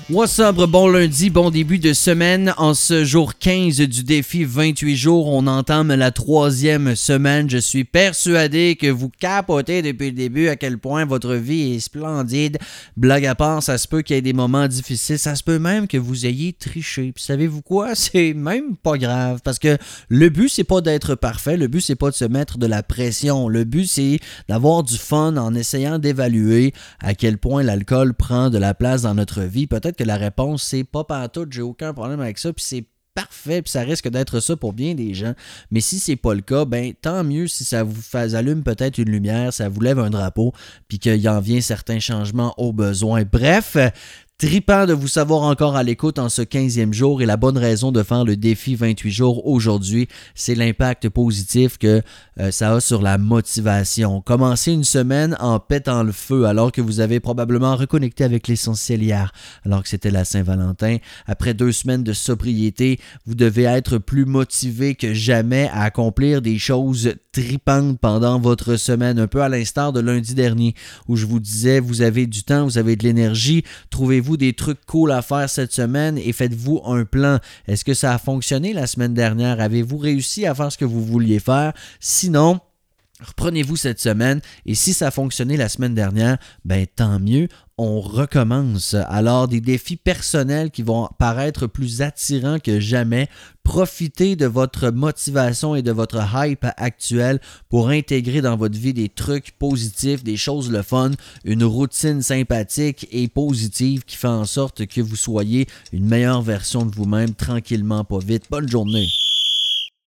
What's up, bon lundi, bon début de semaine. En ce jour 15 du défi 28 jours, on entame la 3e semaine. Je suis persuadé que vous capotez depuis le début à quel point votre vie est splendide. Blague à part, ça se peut qu'il y ait des moments difficiles. Ça se peut même que vous ayez triché. Puis savez-vous quoi? C'est même pas grave parce que le but, c'est pas d'être parfait. Le but, c'est pas de se mettre de la pression. Le but, c'est d'avoir du fun en essayant d'évaluer à quel point l'alcool prend de la place dans notre vie. Peut-être que la réponse, c'est pas pantoute, j'ai aucun problème avec ça, puis c'est parfait, puis ça risque d'être ça pour bien des gens. Mais si c'est pas le cas, ben tant mieux si ça vous allume peut-être une lumière, ça vous lève un drapeau, puis qu'il en vient certains changements au besoin. Bref, trippant de vous savoir encore à l'écoute en ce 15e jour et la bonne raison de faire le défi 28 jours aujourd'hui, c'est l'impact positif que ça a sur la motivation. Commencez une semaine en pétant le feu alors que vous avez probablement reconnecté avec l'essentiel hier, alors que c'était la Saint-Valentin. Après 2 semaines de sobriété, vous devez être plus motivé que jamais à accomplir des choses trippantes pendant votre semaine, un peu à l'instar de lundi dernier où je vous disais, vous avez du temps, vous avez de l'énergie, trouvez-vous des trucs cool à faire cette semaine et faites-vous un plan. Est-ce que ça a fonctionné la semaine dernière? Avez-vous réussi à faire ce que vous vouliez faire? Sinon, reprenez-vous cette semaine et si ça a fonctionné la semaine dernière, ben tant mieux, on recommence. Alors, des défis personnels qui vont paraître plus attirants que jamais. Profitez de votre motivation et de votre hype actuelle pour intégrer dans votre vie des trucs positifs, des choses le fun, une routine sympathique et positive qui fait en sorte que vous soyez une meilleure version de vous-même tranquillement, pas vite. Bonne journée!